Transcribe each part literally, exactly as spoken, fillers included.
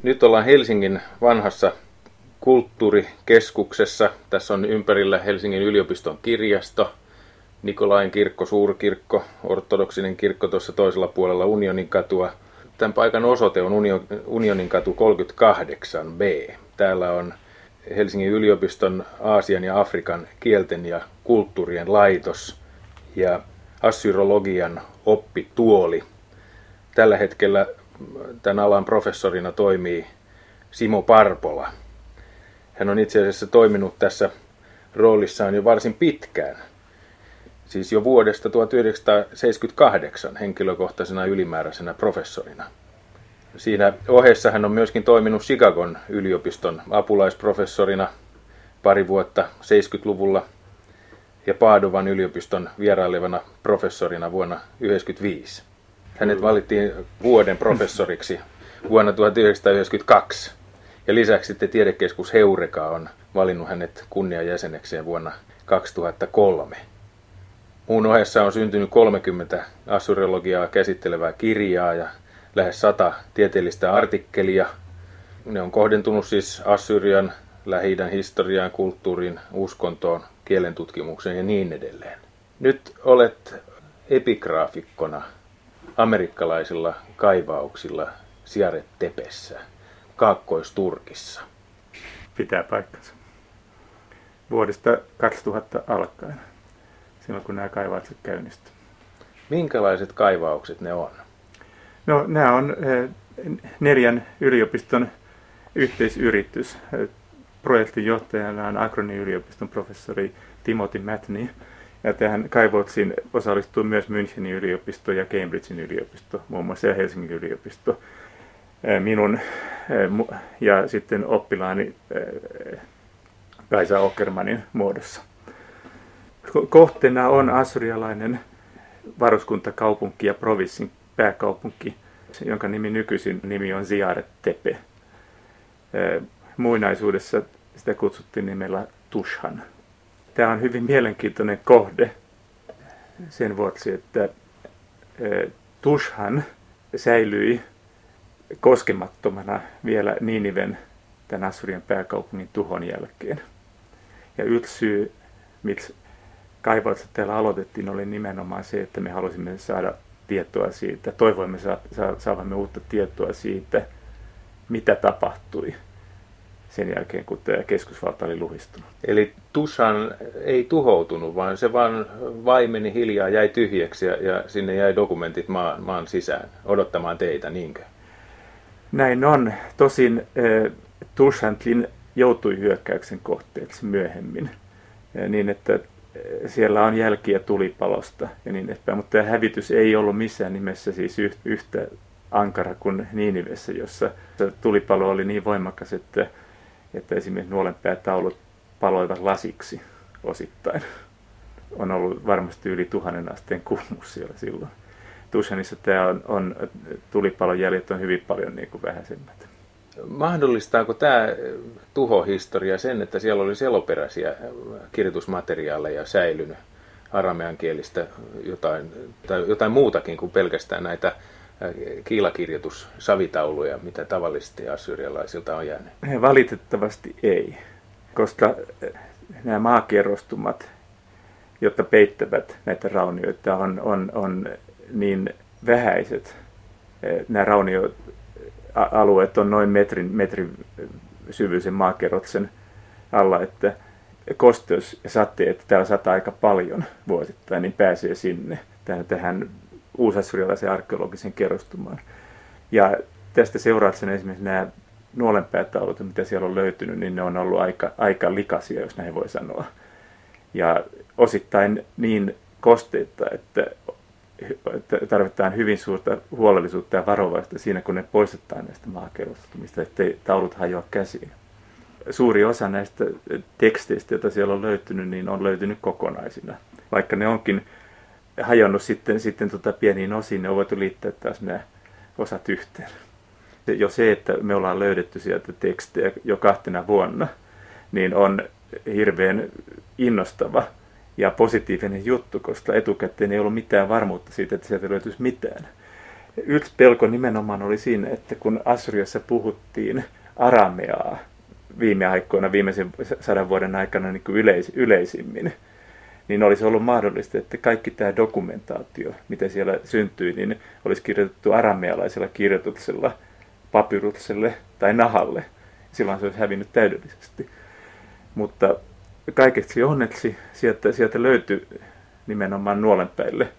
Nyt ollaan Helsingin vanhassa kulttuurikeskuksessa. Tässä on ympärillä Helsingin yliopiston kirjasto, Nikolain kirkko, suurkirkko, ortodoksinen kirkko tuossa toisella puolella Unioninkatua. Tämän paikan osoite on Unioninkatu kolmekymmentäkahdeksan B. Täällä on Helsingin yliopiston Aasian ja Afrikan kielten ja kulttuurien laitos ja assyrologian oppituoli. Tällä hetkellä tämän alan professorina toimii Simo Parpola. Hän on itse asiassa toiminut tässä roolissaan jo varsin pitkään. Siis jo vuodesta tuhatyhdeksänsataaseitsemänkymmentäkahdeksan henkilökohtaisena ylimääräisenä professorina. Siinä ohessa hän on myöskin toiminut Chicagon yliopiston apulaisprofessorina pari vuotta seitsemänkymmentäluvulla ja Padovan yliopiston vierailevana professorina vuonna yhdeksänkymmentäviisi. Hänet valittiin vuoden professoriksi vuonna tuhatyhdeksänsataayhdeksänkymmentäkaksi ja lisäksi sitten tiedekeskus Heureka on valinnut hänet kunniajäsenekseen vuonna kaksituhattakolme. Muun ohessa on syntynyt kolmekymmentä assyriologiaa käsittelevää kirjaa ja lähes sata tieteellistä artikkelia. Ne on kohdentunut siis Assyrian, Lähi-idän historiaan, kulttuuriin, uskontoon, kielentutkimukseen ja niin edelleen. Nyt olet epigraafikkona amerikkalaisilla kaivauksilla Ziyaret Tepessä, Kaakkois-Turkissa. Pitää paikkansa. Vuodesta kaksituhatta alkaen, silloin kun nämä kaivaukset käynnistyivät. Minkälaiset kaivaukset ne on? No, nämä on neljän yliopiston yhteisyritys. Projektin johtajana on Akronin yliopiston professori Timothy Matney. Ja tähän kaivauksiin osallistuu myös Münchenin yliopisto ja Cambridgein yliopisto, muun muassa ja Helsingin yliopisto. Minun ja sitten oppilaani Kaisa Ockermanin muodossa. Kohteena on assyrialainen varuskuntakaupunki ja provinssin pääkaupunki, jonka nimi nykyisin nimi on Ziyaret Tepe. Muinaisuudessa sitä kutsuttiin nimellä Tushan. Tämä on hyvin mielenkiintoinen kohde sen vuoksi, että Tushan säilyi koskemattomana vielä Niniven, tämän Assyrian pääkaupungin tuhon jälkeen. Ja yksi syy, miksi kaivaukset täällä aloitettiin, oli nimenomaan se, että me halusimme saada tietoa siitä, toivoimme saavamme uutta tietoa siitä, mitä tapahtui sen jälkeen, kun tämä keskusvalta oli luhistunut. Eli Tushan ei tuhoutunut, vaan se vaan vaimeni hiljaa, jäi tyhjäksi ja, ja sinne jäi dokumentit maan, maan sisään odottamaan teitä, niinkö? Näin on. Tosin äh, Tushantlin joutui hyökkäyksen kohteeksi myöhemmin, ja niin että siellä on jälkiä tulipalosta ja niin edespäin, mutta tämä hävitys ei ollut missään nimessä siis yhtä ankara kuin Niinivessä, jossa tulipalo oli niin voimakas, että, että esimerkiksi nuolenpäätaulut paloivat lasiksi osittain. On ollut varmasti yli tuhannen asteen kuumuus siellä silloin. Tushanissa tämä on, on tulipalon jäljet on hyvin paljon niin kuin vähäisemmät. Mahdollistaako tämä tuhohistoria sen, että siellä oli seloperäisiä kirjoitusmateriaaleja säilynyt arameankielistä jotain, tai jotain muutakin kuin pelkästään näitä kiilakirjoitussavitauluja, mitä tavallisesti assyrialaisilta on jäänyt? Valitettavasti ei, koska nämä maakerrostumat, jotka peittävät näitä raunioita, on, on, on niin vähäiset. Nämä raunioit alueet on noin metrin, metrin syvyisen maakerroksen alla, että kosteus ja sateet, täällä sataa aika paljon vuosittain, niin pääsee sinne tähän, tähän uusassyrialaisen arkeologisen kerrostumaan. Ja tästä seurauksena esimerkiksi nämä nuolenpäätaulut, mitä siellä on löytynyt, niin ne on ollut aika, aika likaisia, jos näin voi sanoa. Ja osittain niin kosteita, että tarvitaan hyvin suurta huolellisuutta ja varovaista siinä, kun ne poistetaan näistä maakerrostumista, ettei taulut hajoa käsiin. Suuri osa näistä teksteistä, joita siellä on löytynyt, niin on löytynyt kokonaisina. Vaikka ne onkin hajonnut sitten, sitten tota pieniin osiin, ne on voitu liittää taas nämä osat yhteen. Jo se, että me ollaan löydetty sieltä tekstejä jo kahtena vuonna, niin on hirveän innostava ja positiivinen juttu, koska etukäteen ei ollut mitään varmuutta siitä, että sieltä löytyisi mitään. yksi pelko nimenomaan oli siinä, että kun Assyriassa puhuttiin arameaa viime aikoina, viimeisen sadan vuoden aikana niin kuin yleis, yleisimmin, niin olisi ollut mahdollista, että kaikki tämä dokumentaatio, mitä siellä syntyi, niin olisi kirjoitettu aramealaisella kirjoituksella, papyrukselle tai nahalle. Silloin se olisi hävinnyt täydellisesti. Mutta kaikeksi onneksi sieltä, sieltä löytyi nimenomaan nuolenpäille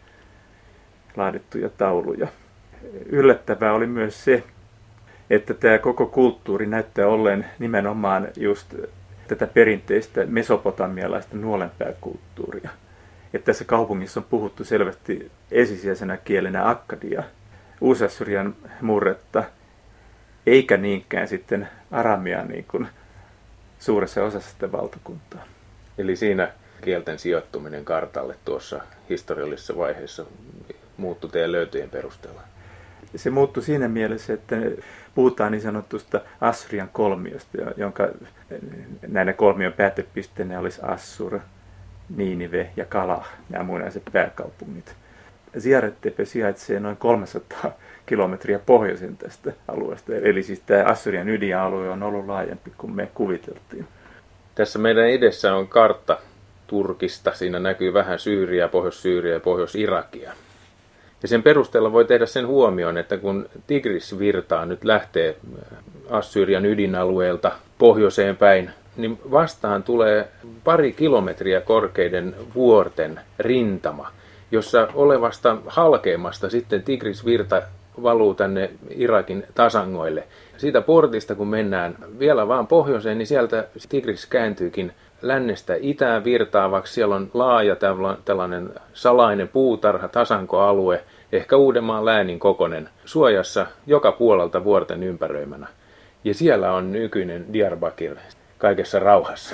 laadittuja tauluja. Yllättävää oli myös se, että tämä koko kulttuuri näyttää olleen nimenomaan just tätä perinteistä mesopotamialaista nuolenpääkulttuuria. Että tässä kaupungissa on puhuttu selvästi ensisijaisena kielenä akkadia, Uus-Assyrian murretta, eikä niinkään sitten aramia niin kuin suuressa osassa sitä valtakuntaa. Eli siinä kielten sijoittuminen kartalle tuossa historiallisessa vaiheessa muuttui teidän löytöjen perusteella? Se muuttui siinä mielessä, että puhutaan niin sanotusta Assyrian kolmiosta, jonka näiden kolmion päätepisteenä olisi Assur, Niinive ja Kalah, nämä muinaiset pääkaupungit. Ziaret-Tepe sijaitsee noin kolmesataa kilometriä pohjoisen tästä alueesta, eli siis tämä Assyrian ydinalue on ollut laajempi kuin me kuviteltiin. Tässä meidän edessä on kartta Turkista, siinä näkyy vähän Syyriä, Pohjois-Syyriä ja Pohjois-Irakia. Ja sen perusteella voi tehdä sen huomioon, että kun Tigris virtaa nyt lähtee Assyrian ydinalueelta pohjoiseen päin, niin vastaan tulee pari kilometriä korkeiden vuorten rintama, jossa olevasta halkeamasta sitten Tigris virta valuu tänne Irakin tasangoille. Siitä portista kun mennään vielä vaan pohjoiseen, niin sieltä Tigris kääntyykin lännestä itään virtaavaksi. Siellä on laaja tällainen salainen puutarha, tasankoalue, ehkä Uudenmaan läänin kokoinen, suojassa joka puolelta vuorten ympäröimänä. Ja siellä on nykyinen Diyarbakir kaikessa rauhassa.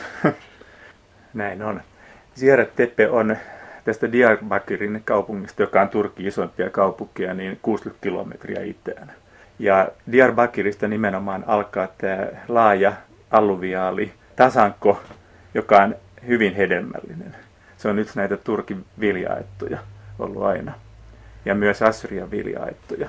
Näin on. Ziaret-Tepe on tästä Diyarbakirin kaupungista, joka on Turkin isoimpia kaupunkia, niin kuusikymmentä kilometriä itään. Ja Diyarbakirista nimenomaan alkaa tämä laaja alluviaali tasanko, joka on hyvin hedelmällinen. Se on yksi näitä Turkin vilja-aittoja ollut aina. Ja myös Assyrian vilja-aittoja.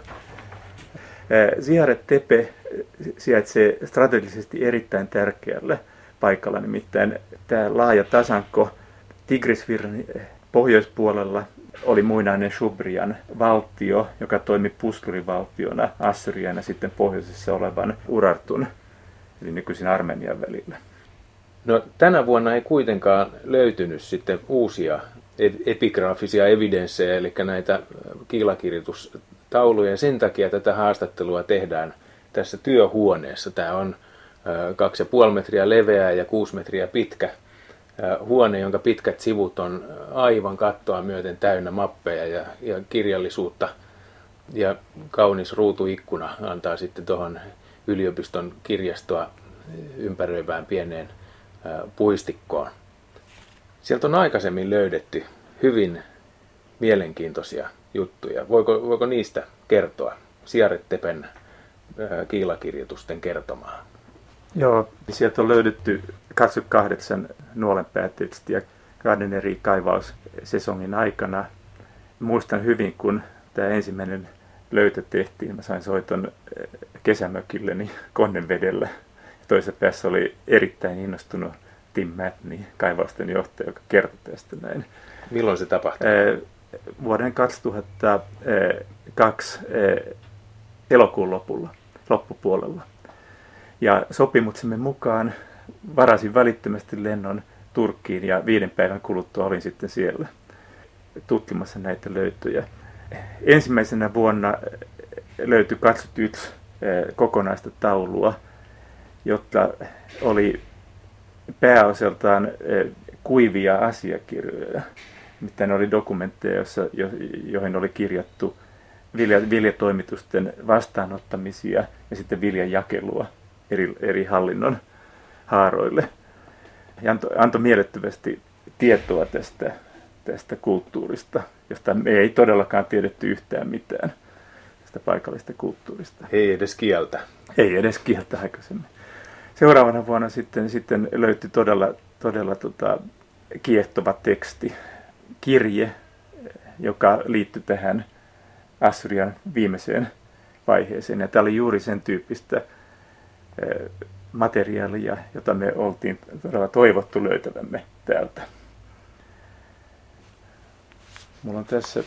Ziaret-Tepe sijaitsee strategisesti erittäin tärkeällä paikalla, nimittäin tämä laaja tasanko Tigrisvirran pohjoispuolella oli muinainen Shubrian valtio, joka toimi puskurivaltiona Assyrian ja sitten pohjoisessa olevan Urartun, eli nykyisin Armenian välillä. No, tänä vuonna ei kuitenkaan löytynyt sitten uusia epigraafisia evidenssejä, eli näitä kiilakirjoitustauluja. Sen takia tätä haastattelua tehdään tässä työhuoneessa. Tämä on kaksi ja puoli metriä leveä ja kuusi metriä pitkä huone, jonka pitkät sivut on aivan kattoa myöten täynnä mappeja ja, ja kirjallisuutta. Ja kaunis ruutuikkuna antaa sitten tuohon yliopiston kirjastoa ympäröivään pieneen puistikkoon. Sieltä on aikaisemmin löydetty hyvin mielenkiintoisia juttuja. Voiko, voiko niistä kertoa Ziaret-Tepen kiilakirjoitusten kertomaa? Joo, sieltä on löydetty kaksikymmentäkahdeksan nuolenpäätekstiä kahden eri kaivaussesongin aikana. Muistan hyvin, kun tämä ensimmäinen löytö tehtiin. Mä sain soiton kesämökilleni Konnenvedellä. Toisessa päässä oli erittäin innostunut Tim Matney, kaivausten johtaja, joka kertoi tästä näin. Milloin se tapahtui? Vuoden kaksituhattakaksi elokuun lopulla, loppupuolella. Ja sopimuksemme mukaan varasin välittömästi lennon Turkkiin ja viiden päivän kuluttua olin sitten siellä tutkimassa näitä löytöjä. Ensimmäisenä vuonna löytyi kaksikymmentäyksi kokonaista taulua, jotta oli pääosaltaan kuivia asiakirjoja. Nimittäin oli dokumentteja, joissa, jo, joihin oli kirjattu vilja, viljatoimitusten vastaanottamisia ja sitten viljan jakelua eri, eri hallinnon haaroille. Ja antoi, antoi mielettömästi tietoa tästä, tästä kulttuurista, josta me ei todellakaan tiedetty yhtään mitään tästä paikallisesta kulttuurista. Ei edes kieltä. Ei edes kieltä aikaisemmin. Seuraavana vuonna sitten, sitten löytyi todella, todella tota, kiehtova teksti, kirje, joka liittyi tähän Assyrian viimeiseen vaiheeseen. Ja tämä oli juuri sen tyyppistä materiaalia, jota me oltiin todella toivottu löytävämme täältä. Mulla on tässä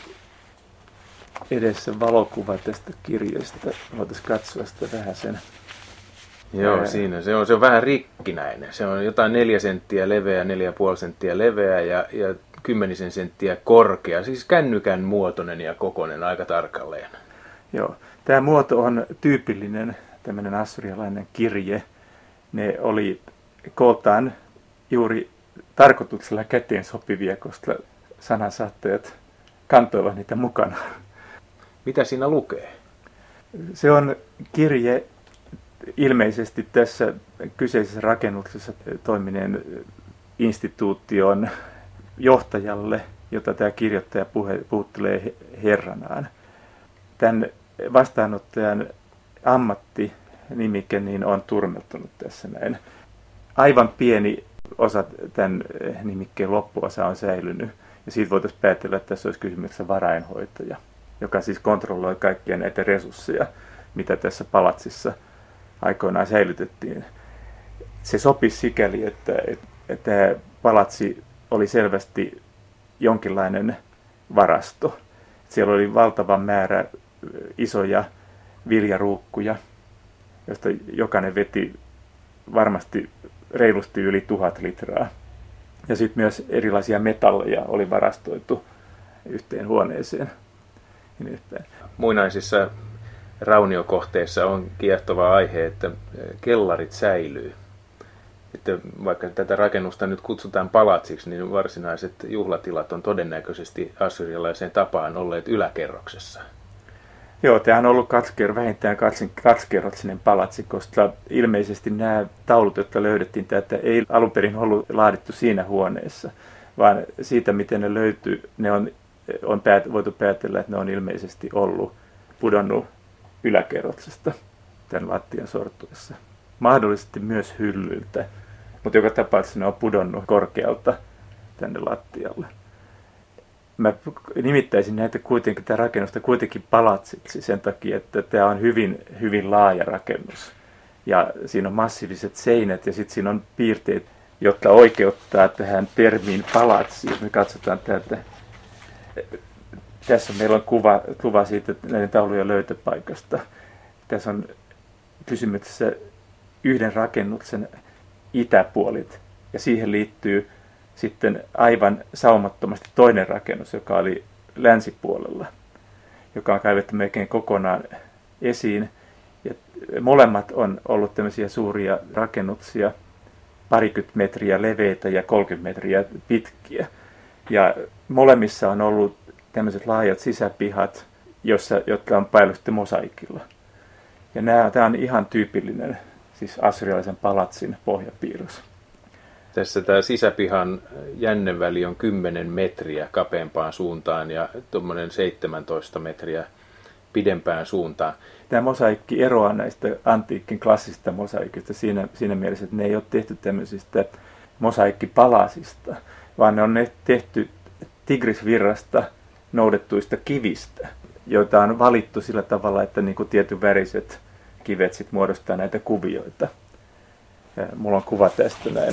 edessä valokuva tästä kirjasta. Voitaisiin katsoa sitä vähän sen. Joo, siinä se on, se on vähän rikkinäinen. Se on jotain neljä senttiä leveä, neljä ja puoli senttiä leveä ja, ja kymmenisen senttiä korkea. Siis kännykän muotoinen ja kokoinen aika tarkalleen. Joo, tämä muoto on tyypillinen tämmöinen assyrialainen kirje. Ne oli kooltaan juuri tarkoituksella käteen sopivia, koska sanansaattajat kantoivat niitä mukana. Mitä siinä lukee? Se on kirje ilmeisesti tässä kyseisessä rakennuksessa toimineen instituution johtajalle, jota tämä kirjoittaja puhe, puhuttelee herranaan. Tämän vastaanottajan ammattinimike niin on turmeltunut tässä näin. Aivan pieni osa tämän nimikkeen loppuosa on säilynyt. Ja siitä voitaisiin päätellä, että tässä olisi kysymyksessä varainhoitaja, joka siis kontrolloi kaikkia näitä resursseja, mitä tässä palatsissa aikoinaan säilytettiin. Se sopisi sikäli, että, että tämä palatsi oli selvästi jonkinlainen varasto. Siellä oli valtava määrä isoja viljaruukkuja, joista jokainen veti varmasti reilusti yli tuhat litraa. Ja sitten myös erilaisia metalleja oli varastoitu yhteen huoneeseen. Muinaisissa rauniokohteissa on kiehtova aihe, että kellarit säilyy. Että vaikka tätä rakennusta nyt kutsutaan palatsiksi, niin varsinaiset juhlatilat on todennäköisesti assyrialaiseen tapaan olleet yläkerroksessa. Joo, tämä on ollut kaksiker- vähintään kaksikerroksinen palatsi, koska ilmeisesti nämä taulut, jotka löydettiin täältä, ei alun perin ollut laadittu siinä huoneessa, vaan siitä, miten ne löytyy, ne on, on päät- voitu päätellä, että ne on ilmeisesti ollut pudonnut yläkerroksesta tämän lattian sortuessa. Mahdollisesti myös hyllyltä, mutta joka tapauksessa ne on pudonnut korkealta tänne lattialle. Mä nimittäisin näitä kuitenkin, tämä rakennusta kuitenkin palatsiksi sen takia, että tämä on hyvin, hyvin laaja rakennus. Ja siinä on massiiviset seinät ja sitten siinä on piirteet, jotka oikeuttaa tähän termiin palatsi. Jos me katsotaan täältä, tässä meillä on kuva, kuva siitä näiden taulujen löytöpaikasta. Tässä on kysymyksessä yhden rakennuksen itäpuolit ja siihen liittyy sitten aivan saumattomasti toinen rakennus, joka oli länsipuolella, joka on kaivettu melkein kokonaan esiin. Ja molemmat on ollut tämmöisiä suuria rakennuksia, parikymmentä metriä leveitä ja kolmekymmentä metriä pitkiä. Ja molemmissa on ollut tämmöiset laajat sisäpihat, jossa, jotka on päällystetty mosaikilla. Ja nämä, tämä on ihan tyypillinen, siis assyrialaisen palatsin pohjapiirros. Tässä tämä sisäpihan jänneväli on kymmenen metriä kapeampaan suuntaan ja tuommoinen seitsemäntoista metriä pidempään suuntaan. Tämä mosaikki eroaa näistä antiikin klassisista mosaikista siinä, siinä mielessä, että ne ei ole tehty tämmöisistä mosaikkipalasista, vaan ne on ne tehty Tigrisvirrasta noudettuista kivistä, joita on valittu sillä tavalla, että niin kuin tietyn väriset kivet sit muodostaa näitä kuvioita. Ja mulla on kuva tästä näin.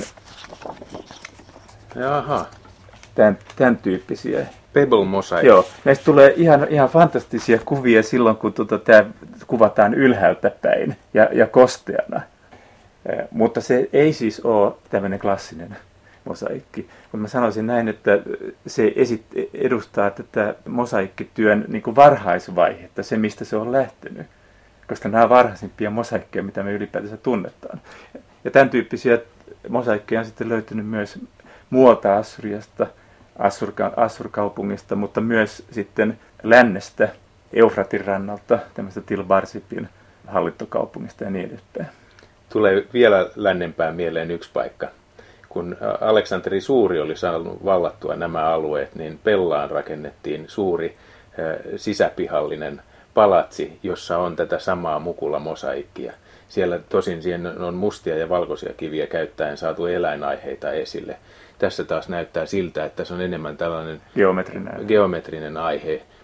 Jaha. Tän, tämän tyyppisiä. Pebble mosaic. Joo, näistä tulee ihan, ihan fantastisia kuvia silloin, kun tota, tämä kuvataan ylhäältä päin ja, ja kosteana. Eh, mutta se ei siis ole tämmöinen klassinen mosaikki. Mutta mä sanoisin näin, että se esit, edustaa tätä mosaikkityön niin kuin varhaisvaihetta, se mistä se on lähtenyt. Koska nämä on varhaisimpia mosaikkeja, mitä me ylipäätänsä tunnetaan. Ja tämän tyyppisiä mosaikkeja on sitten löytynyt myös muualta Assyriasta, Assur-kaupungista, mutta myös sitten lännestä, Eufratin rannalta, tämmöistä Tilbarsipin hallintokaupungista ja niin edespäin. Tulee vielä lännempään mieleen yksi paikka. Kun Aleksanteri Suuri oli saanut vallattua nämä alueet, niin Pellaan rakennettiin suuri sisäpihallinen palatsi, jossa on tätä samaa mukulamosaikkia. Siellä tosin siihen on mustia ja valkoisia kiviä käyttäen saatu eläinaiheita esille. Tässä taas näyttää siltä, että se on enemmän tällainen geometrinen, geometrinen aihe.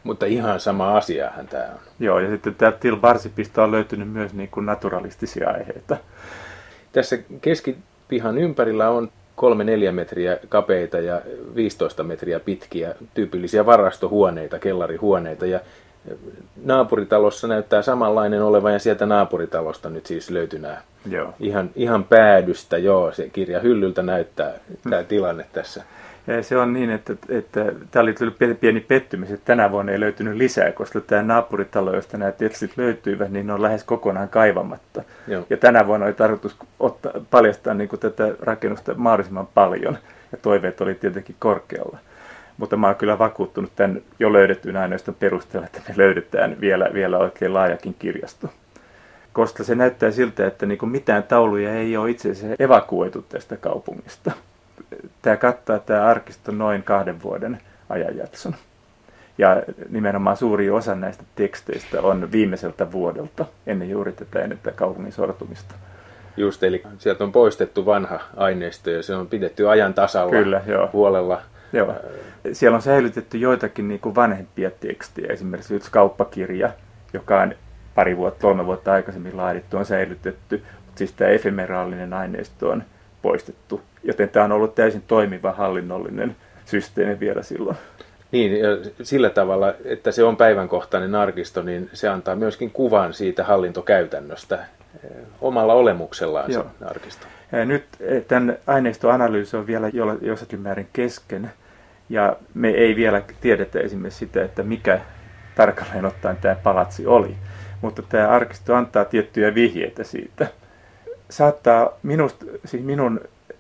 Mutta ihan sama asiahan tämä on. Joo, ja sitten täältä Til-Varsipista on löytynyt myös niin kuin naturalistisia aiheita. Tässä keskipihan ympärillä on kolme neljä metriä kapeita ja viisitoista metriä pitkiä tyypillisiä varastohuoneita, kellarihuoneita. Ja naapuritalossa näyttää samanlainen olevan, ja sieltä naapuritalosta nyt siis löytyy nämä Joo. Ihan, ihan päädystä, joo, se kirja hyllyltä näyttää tämä tilanne tässä. Ja se on niin, että, että tämä oli tullut pieni pettymys, että tänä vuonna ei löytynyt lisää, koska tämä naapuritalo, josta nämä tekstit löytyivät, niin ne on lähes kokonaan kaivamatta. Joo. Ja tänä vuonna oli tarkoitus ottaa, paljastaa niin kuin tätä rakennusta mahdollisimman paljon, ja toiveet oli tietenkin korkealla. Mutta mä oon kyllä vakuuttunut tämän jo löydettyyn aineiston perusteella, että me löydetään vielä, vielä oikein laajakin kirjasto. Koska se näyttää siltä, että niin kuin mitään tauluja ei ole itse asiassa evakuoitu tästä kaupungista. Tämä kattaa tämä arkisto noin kahden vuoden ajanjakson. Ja nimenomaan suuri osa näistä teksteistä on viimeiseltä vuodelta, ennen juuri tätä ennen tätä kaupungin sortumista. Just, eli sieltä on poistettu vanha aineisto ja se on pidetty ajan tasalla. Kyllä, joo. Huolella. Joo. Siellä on säilytetty joitakin niin kuin vanhempia tekstejä, esimerkiksi yksi kauppakirja, joka on pari vuotta, kolme vuotta aikaisemmin laadittu, on säilytetty, mutta siis tämä efemeraalinen aineisto on poistettu, joten tämä on ollut täysin toimiva hallinnollinen systeemi vielä silloin. Niin, ja sillä tavalla, että se on päivänkohtainen arkisto, niin se antaa myöskin kuvan siitä hallintokäytännöstä omalla olemuksellaan. Joo. Se arkisto. Ja nyt tämän aineistoanalyysi on vielä jossakin määrin kesken, ja me ei vielä tiedetä esimerkiksi sitä, että mikä tarkalleen ottaen tämä palatsi oli, mutta tämä arkisto antaa tiettyjä vihjeitä siitä. Saattaa minusta, siis minun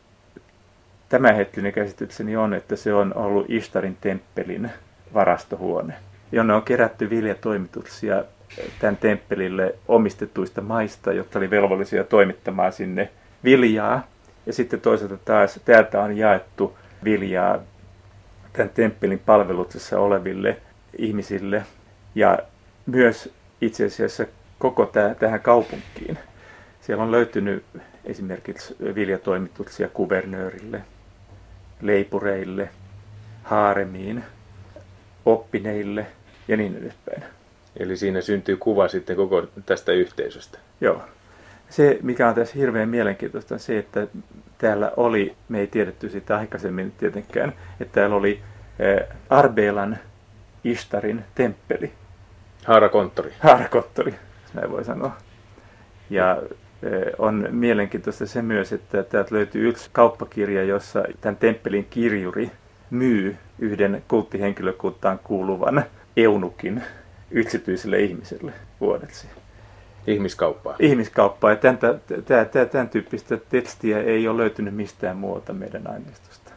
tämänhetkinen käsitykseni on, että se on ollut Ishtarin temppelin varastohuone, jonne on kerätty viljatoimituksia tämän temppelille omistetuista maista, jotka oli velvollisia toimittamaan sinne viljaa. Ja sitten toisaalta taas täältä on jaettu viljaa tämän temppelin palveluksessa oleville ihmisille ja myös itse asiassa koko täh- tähän kaupunkiin. Siellä on löytynyt esimerkiksi viljatoimituksia kuvernöörille, leipureille, haaremiin, oppineille ja niin edespäin. Eli siinä syntyy kuva sitten koko tästä yhteisöstä. Joo. Se, mikä on tässä hirveän mielenkiintoista, on se, että täällä oli, me ei tiedetty sitä aikaisemmin tietenkään, että täällä oli Arbelan Ishtarin temppeli. Haarakonttori. Haarakonttori, näin voi sanoa. Ja on mielenkiintoista se myös, että täältä löytyy yksi kauppakirja, jossa tämän temppelin kirjuri myy yhden kulttihenkilökuntaan kuuluvan eunukin yksityiselle ihmiselle vuodeksi. Ihmiskauppaa. Ihmiskauppaa. Ja tämän, tämän, tämän, tämän tyyppistä tekstiä ei ole löytynyt mistään muualta meidän aineistosta.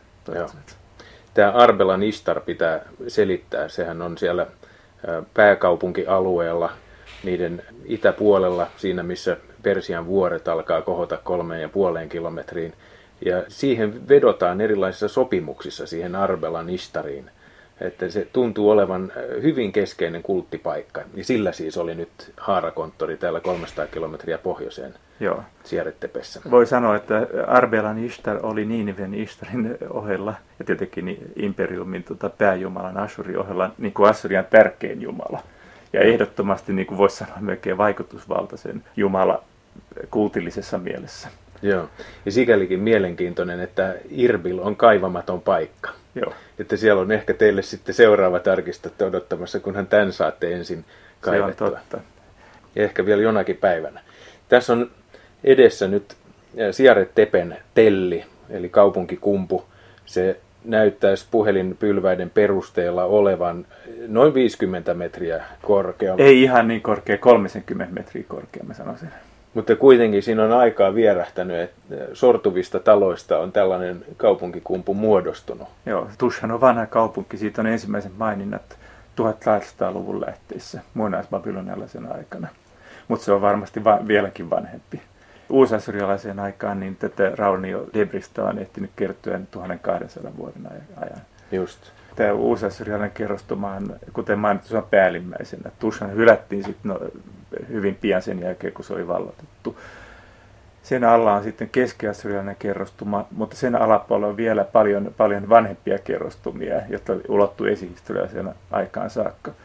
Tämä Arbelan Ishtar pitää selittää. Sehän on siellä pääkaupunkialueella, niiden itäpuolella, siinä missä Persian vuoret alkaa kohota kolmeen ja puoleen kilometriin. Ja siihen vedotaan erilaisissa sopimuksissa siihen Arbelan Ishtariin. Että se tuntuu olevan hyvin keskeinen kulttipaikka. Ja sillä siis oli nyt haarakonttori täällä kolmesataa kilometriä pohjoiseen Sierettepessä. Voi sanoa, että Arbelan Ishtar oli Niiniven Ishtarin ohella ja tietenkin Imperiumin tota, pääjumalan Assurin ohella niin kuin Assurian tärkein jumala. Ja ehdottomasti niin kuin voisi sanoa melkein vaikutusvaltaisen jumala kultillisessa mielessä. Joo, ja sikälikin mielenkiintoinen, että Irbil on kaivamaton paikka. Joo. Että siellä on ehkä teille sitten seuraavat arkistot odottamassa, kunhan tämän saatte ensin kaivettua. Se on totta. Ja ehkä vielä jonakin päivänä. Tässä on edessä nyt Sierettepen telli, eli kaupunkikumpu. Se näyttäisi puhelinpylväiden perusteella olevan noin viisikymmentä metriä korkea. Ei ihan niin korkea, kolmekymmentä metriä korkea, mä sanoisin. Mutta kuitenkin siinä on aikaa vierähtänyt, että sortuvista taloista on tällainen kaupunkikumpu muodostunut. Joo, Tushan on vanha kaupunki. Siitä on ensimmäisen maininnat tuhatkahdeksansataaluvun lähteessä muinaisbabylonialaisen aikana. Mutta se on varmasti va- vieläkin vanhempi. Uusasurialaiseen aikaan niin tätä rauniodebristä on ehtinyt kertyä tuhatkaksisataa vuoden ajan. Just. Tämä uusasurialainen kerrostuma, kuten mainittu, se on päällimmäisenä. Tushan hylättiin sitten no, hyvin pian sen jälkeen, kun se oli valloitettu. Sen alla on sitten keski-assyrialainen kerrostuma, mutta sen alapuolella on vielä paljon, paljon vanhempia kerrostumia, jotka ulottuu esihistorialliseen aikaan saakka.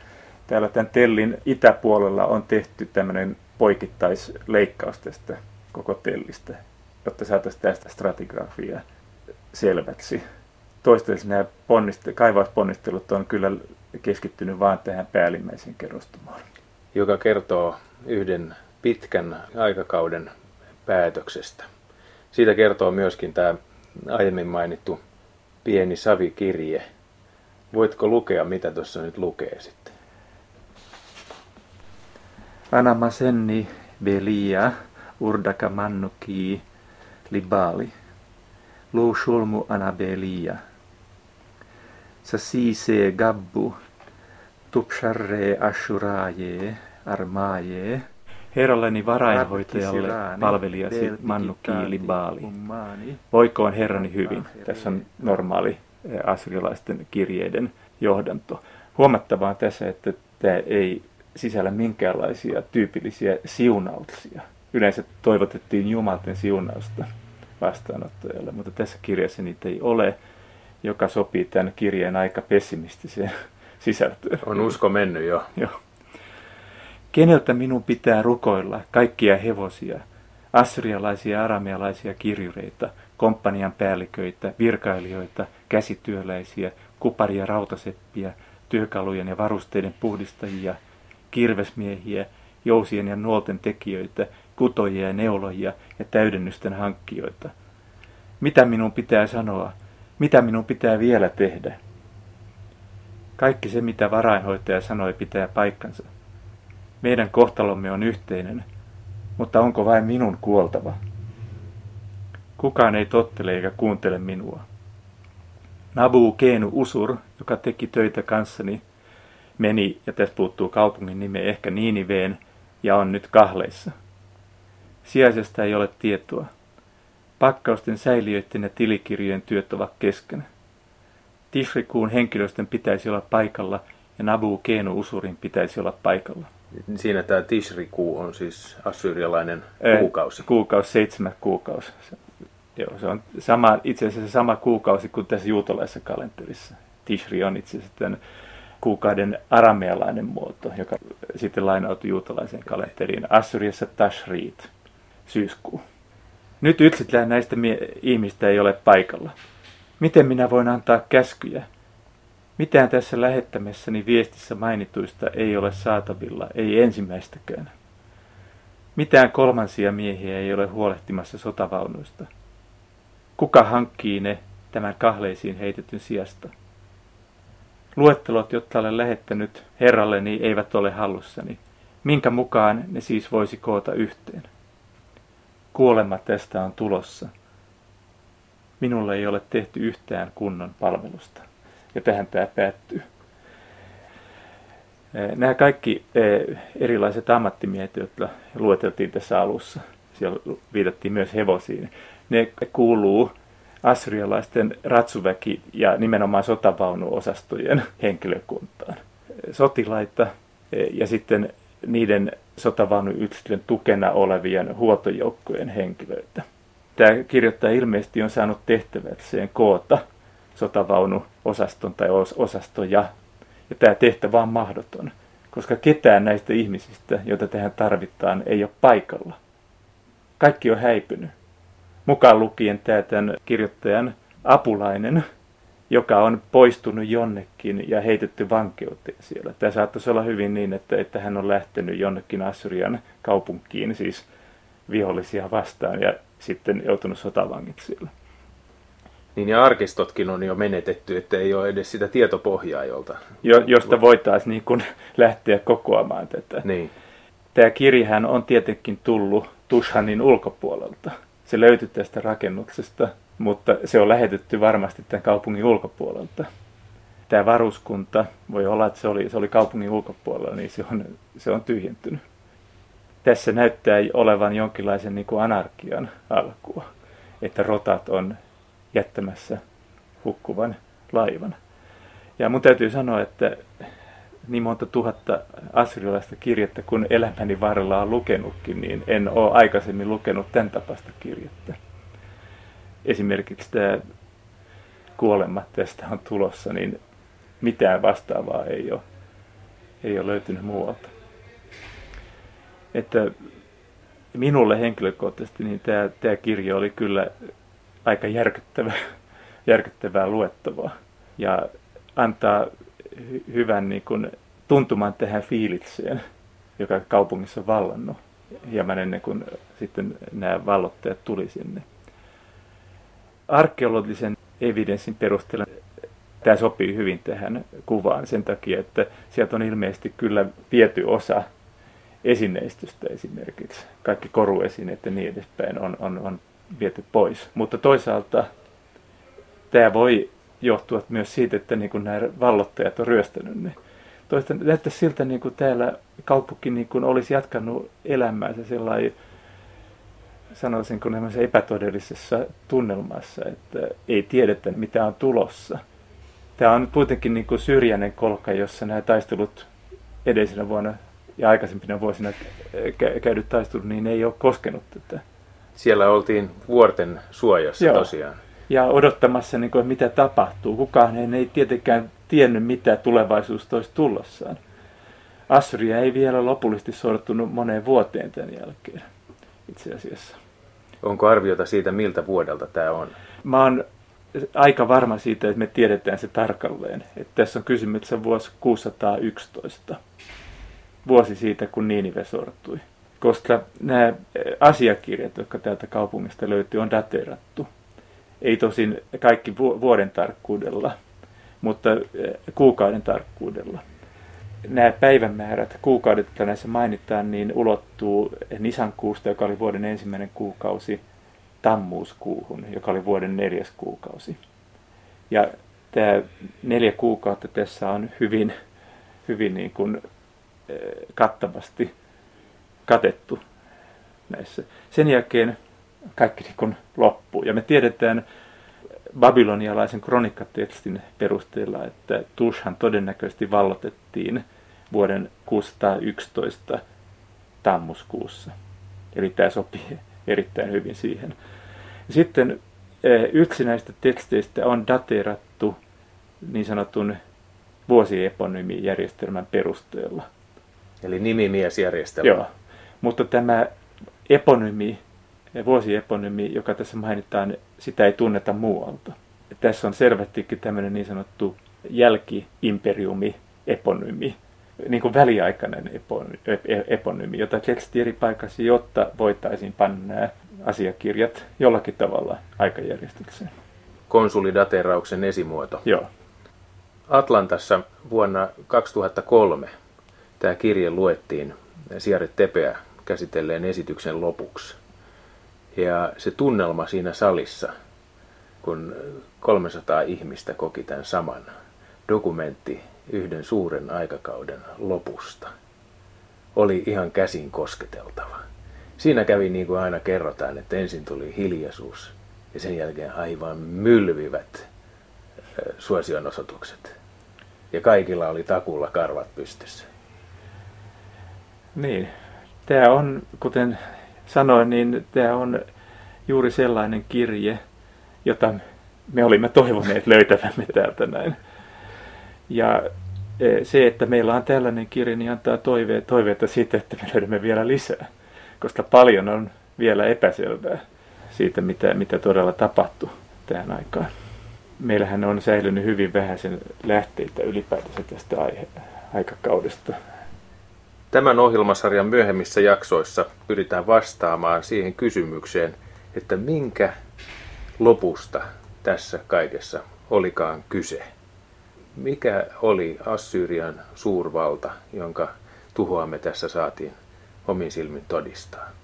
Täällä tämän tellin itäpuolella on tehty tämmöinen poikittaisleikkaus tästä koko tellistä, jotta saataisiin tästä stratigrafiaa selväksi. Toistaiseksi nämä ponniste- kaivausponnistelut on kyllä keskittynyt vain tähän päällimmäiseen kerrostumaan. Joka kertoo yhden pitkän aikakauden päätöksestä. Siitä kertoo myöskin tämä aiemmin mainittu pieni savikirje. Voitko lukea, mitä tuossa nyt lukee sitten? Anamasenni belia urdaka mannuki libali. Lu shulmu anabelia. Sasise gabbu tupsharre ashuraje armaaje. Herralleni varainhoitajalle palvelijasi Mannuki Libaali. Voikoon Herrani hyvin. Tässä on normaali assyrialaisten kirjeiden johdanto. Huomattavaa on tässä, että tämä ei sisällä minkäänlaisia tyypillisiä siunauksia. Yleensä toivotettiin Jumalten siunausta vastaanottajalle, mutta tässä kirjassa niitä ei ole, joka sopii tämän kirjeen aika pessimistiseen sisältöön. On usko mennyt jo. Joo. Keneltä minun pitää rukoilla kaikkia hevosia, assyrialaisia ja aramealaisia kirjureita, komppanian päälliköitä, virkailijoita, käsityöläisiä, kuparia, rautaseppiä, työkalujen ja varusteiden puhdistajia, kirvesmiehiä, jousien ja nuolten tekijöitä, kutojia ja neulojia ja täydennysten hankkijoita. Mitä minun pitää sanoa? Mitä minun pitää vielä tehdä? Kaikki se, mitä varainhoitaja sanoi, pitää paikkansa. Meidän kohtalomme on yhteinen, mutta onko vain minun kuoltava? Kukaan ei tottele eikä kuuntele minua. Nabu Keenu Usur, joka teki töitä kanssani, meni, ja tässä puuttuu kaupungin nime, ehkä Niiniveen, ja on nyt kahleissa. Sijaisesta ei ole tietoa. Pakkausten, säiliöiden ja tilikirjojen työt ovat kesken. Tishrikuun henkilöstön pitäisi olla paikalla, ja Nabu Keenu Usurin pitäisi olla paikalla. Siinä tämä Tishrikuu on siis assyrialainen kuukausi. Kuukausi, seitsemän kuukausi. Joo, se on sama, itse asiassa sama kuukausi kuin tässä juutalaisessa kalenterissa. Tishri on itse asiassa tämän kuukauden aramealainen muoto, joka sitten lainautui juutalaiseen kalenteriin. Assyriassa Tashrit, syyskuu. Nyt yksitään näistä mie- ihmistä ei ole paikalla. Miten minä voin antaa käskyjä? Mitään tässä lähettämässäni viestissä mainituista ei ole saatavilla, ei ensimmäistäkään. Mitään kolmansia miehiä ei ole huolehtimassa sotavaunuista. Kuka hankkii ne tämän kahleisiin heitetyn sijasta? Luettelot, jotka olen lähettänyt herralleni, eivät ole hallussani. Minkä mukaan ne siis voisi koota yhteen? Kuolema tästä on tulossa. Minulle ei ole tehty yhtään kunnon palvelusta. Ja tähän tämä päättyy. Nämä kaikki erilaiset ammattimiehet, jotka lueteltiin tässä alussa, siellä viitattiin myös hevosiin, ne kuuluu assyrialaisten ratsuväki ja nimenomaan sotavaunuosastojen henkilökuntaan. Sotilaita ja sitten niiden sotavaunuyksiköiden tukena olevien huoltojoukkojen henkilöitä. Tämä kirjoittaja ilmeisesti on saanut tehtäväkseen koota sotavaunuosaston tai osastoja. Ja tämä tehtävä on mahdoton, koska ketään näistä ihmisistä, joita tähän tarvitaan, ei ole paikalla. Kaikki on häipynyt. Mukaan lukien tämä tämän kirjoittajan apulainen, joka on poistunut jonnekin ja heitetty vankeuteen siellä. Tämä saattaisi olla hyvin niin, että, että hän on lähtenyt jonnekin Assyrian kaupunkiin, siis vihollisia vastaan, ja sitten joutunut sotavangit siellä. Niin ja arkistotkin on jo menetetty, että ei ole edes sitä tietopohjaa, jolta... Jo, josta voitaisiin niin kuin lähteä kokoamaan tätä. Niin. Tämä kirjahan on tietenkin tullut Tushanin ulkopuolelta. Se löytyi tästä rakennuksesta, mutta se on lähetetty varmasti tämän kaupungin ulkopuolelta. Tämä varuskunta, voi olla, että se oli, se oli kaupungin ulkopuolella, niin se on, se on tyhjentynyt. Tässä näyttää olevan jonkinlaisen niin kuin anarkian alkua, että rotat on jättämässä hukkuvan laivan. Ja mun täytyy sanoa, että niin monta tuhatta assyrialaista kirjettä, kun elämäni varrella on lukenutkin, niin en ole aikaisemmin lukenut tämän tapaista kirjettä. Esimerkiksi tämä kuolema tästä on tulossa, niin mitään vastaavaa ei ole ei ole löytynyt muualta. Että minulle henkilökohtaisesti niin tämä, tämä kirja oli kyllä aika järkyttävä, järkyttävää luettavaa ja antaa hy- hyvän niin kuin, tuntuman tähän fiilikseen, joka kaupungissa on vallannut hieman ennen kuin sitten nämä vallottajat tuli sinne. Arkeologisen evidenssin perusteella tämä sopii hyvin tähän kuvaan sen takia, että sieltä on ilmeisesti kyllä viety osa esineistöstä esimerkiksi. Kaikki koruesineet ja niin edespäin on, on, on viety pois. Mutta toisaalta tämä voi johtua myös siitä, että niin kuin nämä vallottajat on ryöstänyt ne. Toisaalta näyttäisi siltä, niin kuin täällä kaupunki niin kuin olisi jatkanut elämäänsä sellainen, sanoisin kuin epätodellisessa tunnelmassa, että ei tiedetä mitä on tulossa. Tämä on kuitenkin niin kuin syrjäinen kolkka, jossa nämä taistelut edellisenä vuonna ja aikaisempina vuosina käydyt taistelut, niin ei ole koskenut tätä. Siellä oltiin vuorten suojassa. Joo. Tosiaan. Ja odottamassa, niin kuin, mitä tapahtuu. Kukaan ei tietenkään tiennyt, mitä tulevaisuus toisi tullessaan. Assyria ei vielä lopullisesti sortunut moneen vuoteen tämän jälkeen, itse asiassa. Onko arviota siitä, miltä vuodelta tämä on? Mä oon aika varma siitä, että me tiedetään se tarkalleen. Että tässä on kysymyksessä vuosi kuusisataayksitoista. Vuosi siitä, kun Niinive sortui. Koska nämä asiakirjat, jotka täältä kaupungista löytyy, on dateerattu. Ei tosin kaikki vuoden tarkkuudella, mutta kuukauden tarkkuudella. Nämä päivämäärät, kuukaudet, jotka näissä mainitaan, niin ulottuu Nisankuusta, joka oli vuoden ensimmäinen kuukausi, Tammuuskuuhun, joka oli vuoden neljäs kuukausi. Ja tämä neljä kuukautta tässä on hyvin, hyvin niin kuin kattavasti katettu näissä. Sen jälkeen kaikki niin kuin loppuu. Ja me tiedetään babylonialaisen kronikkatekstin perusteella, että Tushan todennäköisesti vallotettiin vuoden kuusisataayksitoista tammuskuussa. Eli tämä sopii erittäin hyvin siihen. Sitten yksi näistä teksteistä on dateerattu niin sanotun vuosieponyymi-järjestelmän perusteella. Eli nimimiesjärjestelmä. Joo, mutta tämä eponyymi, vuosieponyymi, joka tässä mainitaan, sitä ei tunneta muualta. Tässä on selvästikin tämmöinen niin sanottu jälki-imperiumi-eponyymi, niin kuin väliaikainen eponyymi, jota teksti eri paikassa, jotta voitaisiin panna nämä asiakirjat jollakin tavalla aikajärjestykseen. Konsulidaterauksen esimuoto. Joo. Atlantassa vuonna kaksituhattakolme tämä kirje luettiin Siare Tepeä käsitelleen esityksen lopuksi. Ja se tunnelma siinä salissa, kun kolmesataa ihmistä koki tämän saman, dokumentti yhden suuren aikakauden lopusta, oli ihan käsin kosketeltava. Siinä kävi niin kuin aina kerrotaan, että ensin tuli hiljaisuus ja sen jälkeen aivan mylvivät suosionosoitukset. Ja kaikilla oli takulla karvat pystyssä. Niin, tämä on, kuten sanoin, niin tämä on juuri sellainen kirje, jota me olimme toivoneet löytävämme täältä näin. Ja se, että meillä on tällainen kirja, niin antaa toive, toiveita siitä, että me löydämme vielä lisää, koska paljon on vielä epäselvää siitä, mitä, mitä todella tapahtui tähän aikaan. Meillähän on säilynyt hyvin vähäisen lähteitä ylipäätänsä tästä aihe- aikakaudesta. Tämän ohjelmasarjan myöhemmissä jaksoissa pyritään vastaamaan siihen kysymykseen, että minkä lopusta tässä kaikessa olikaan kyse. Mikä oli Assyrian suurvalta, jonka tuhoa me tässä saatiin omin silmin todistaa?